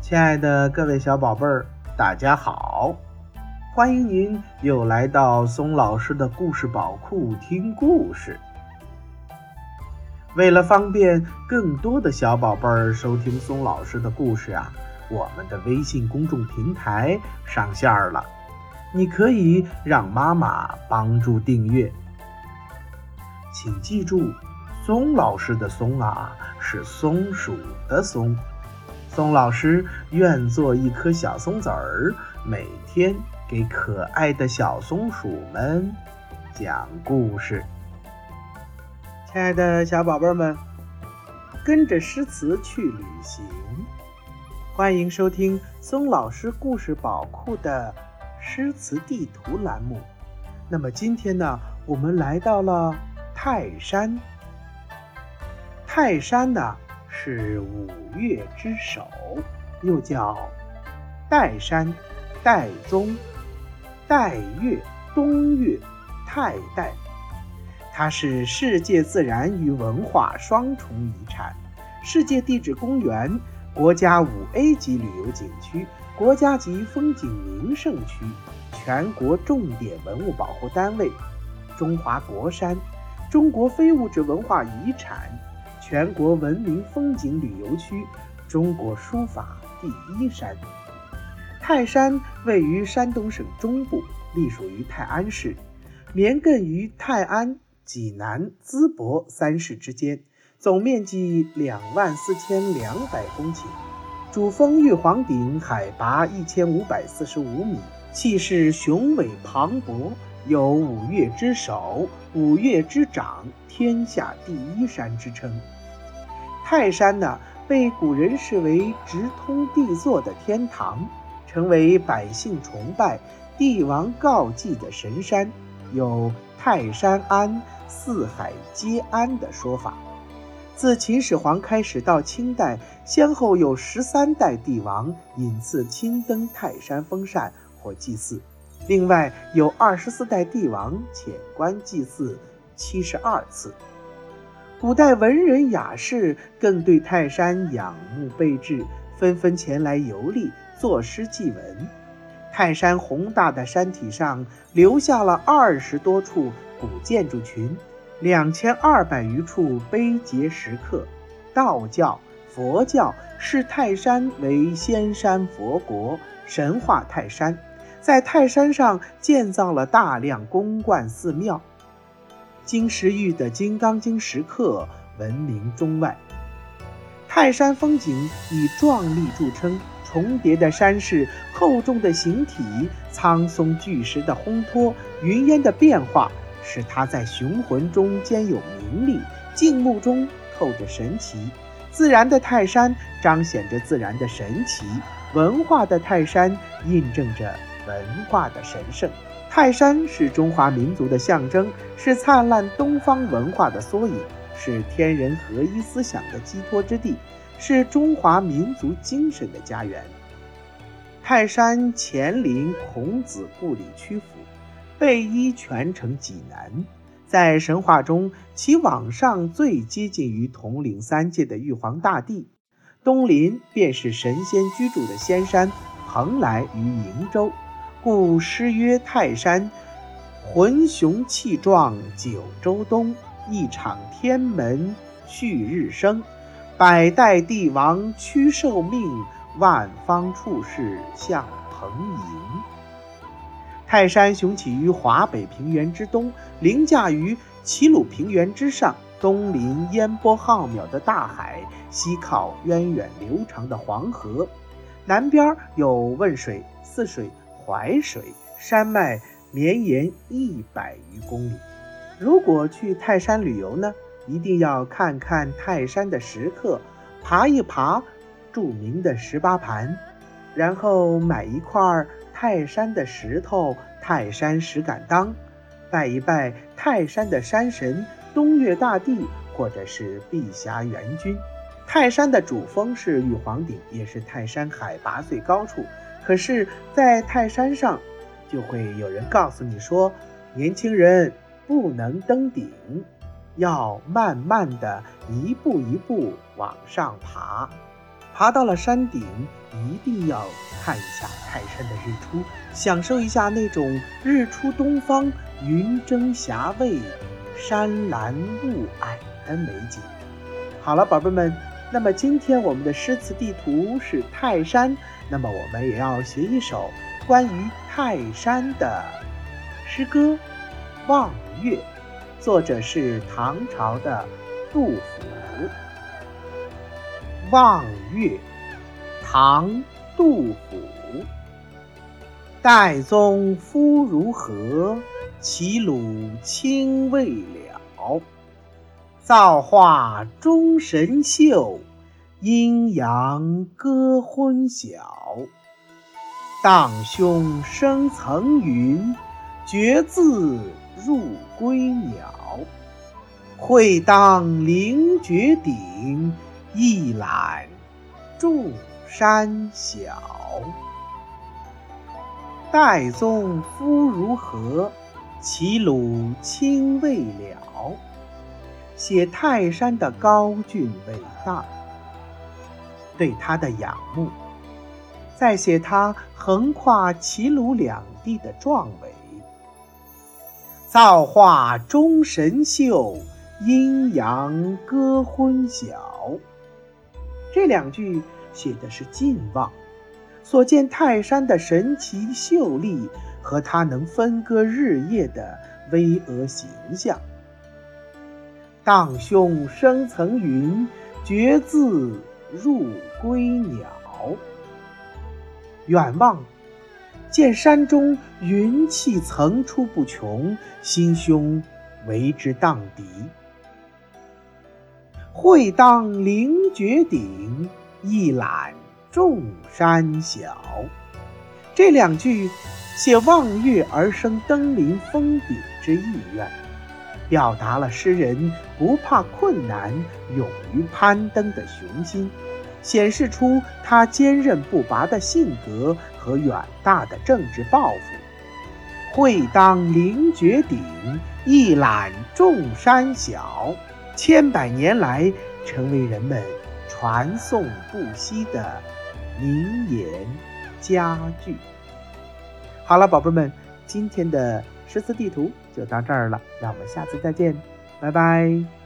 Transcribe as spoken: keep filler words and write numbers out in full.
亲爱的各位小宝贝儿，大家好！欢迎您又来到松老师的故事宝库听故事。为了方便更多的小宝贝儿收听松老师的故事啊，我们的微信公众平台上线了，你可以让妈妈帮助订阅。请记住，松老师的松啊，是松鼠的松。松老师愿做一颗小松子儿，每天给可爱的小松鼠们讲故事。亲爱的小宝贝们，跟着诗词去旅行，欢迎收听松老师故事宝库的诗词地图栏目。那么今天呢，我们来到了泰山。泰山呢，是五岳之首，又叫岱山、岱宗、岱岳、东岳、泰岱。它是世界自然与文化双重遗产，世界地质公园，国家 五 A 级旅游景区，国家级风景名胜区，全国重点文物保护单位，中华国山，中国非物质文化遗产，全国文明风景旅游区，中国书法第一山。泰山位于山东省中部，隶属于泰安市，绵亘于泰安、济南、淄博三市之间，总面积两万四千两百公顷，主峰玉皇顶海拔一千五百四十五米，气势雄伟磅礴，有五岳之首、五岳之长、天下第一山之称。泰山呢，被古人视为直通地座的天堂，成为百姓崇拜、帝王告祭的神山，有泰山安、四海皆安的说法。自秦始皇开始到清代，先后有十三代帝王引次亲登泰山封禅或祭祀，另外有二十四代帝王遣官祭祀七十二次。古代文人雅士更对泰山仰慕备至，纷纷前来游历，作诗祭文。泰山宏大的山体上留下了二十多处古建筑群，两千二百余处碑碣石刻。道教、佛教视泰山为仙山佛国，神化泰山，在泰山上建造了大量宫观寺庙。金石玉的《金刚经》石刻闻名中外。泰山风景以壮丽著称，重叠的山势、厚重的形体、苍松巨石的烘托、云烟的变化，使它在雄浑中兼有名利，静穆中透着神奇。自然的泰山彰显着自然的神奇，文化的泰山印证着文化的神圣。泰山是中华民族的象征，是灿烂东方文化的缩影，是天人合一思想的寄托之地，是中华民族精神的家园。泰山前临孔子故里曲阜，背依泉城济南。在神话中，其往上最接近于统领三界的玉皇大帝，东临便是神仙居住的仙山蓬莱与瀛洲，故诗曰：泰山浑雄气壮九州东，一场天门旭日升，百代帝王屈受命，万方处士向蓬迎。泰山雄起于华北平原之东，凌驾于齐鲁平原之上，东临烟波浩渺的大海，西靠源远流长的黄河，南边有汶水、泗水、淮水，山脉绵延一百余公里。如果去泰山旅游呢，一定要看看泰山的石刻，爬一爬著名的十八盘，然后买一块泰山的石头，泰山石敢当，拜一拜泰山的山神东岳大帝或者是碧霞元君。泰山的主峰是玉皇顶，也是泰山海拔最高处。可是在泰山上就会有人告诉你说，年轻人不能登顶，要慢慢的一步一步往上爬。 爬到了山顶，一定要看一下泰山的日出，享受一下那种日出东方、云蒸霞蔚、山岚雾霭的美景。好了，宝贝们，那么今天我们的诗词地图是泰山，那么我们也要学一首关于泰山的诗歌《望岳》，作者是唐朝的杜甫。《望岳》唐·杜甫。岱宗夫如何？齐鲁青未了。造化钟神秀，阴阳割昏晓。荡胸生层云，决眦入归鸟。会当凌绝顶，一览众山小。岱宗夫如何？齐鲁青未了。写泰山的高峻伟大，对他的仰慕，再写他横跨齐鲁两地的壮伟。造化钟神秀，阴阳割昏晓。这两句写的是近望，所见泰山的神奇秀丽和它能分割日夜的巍峨形象。荡胸生层云，决眦入归鸟。远望，见山中云气层出不穷，心胸为之荡涤。会当凌绝顶，一览众山小。这两句写望岳而生登临峰顶之意愿，表达了诗人不怕困难、勇于攀登的雄心，显示出他坚韧不拔的性格和远大的政治抱负。会当凌绝顶，一览众山小。千百年来成为人们传颂不息的名言佳句。好了，宝贝们，今天的诗词地图就到这儿了，让我们下次再见，拜拜。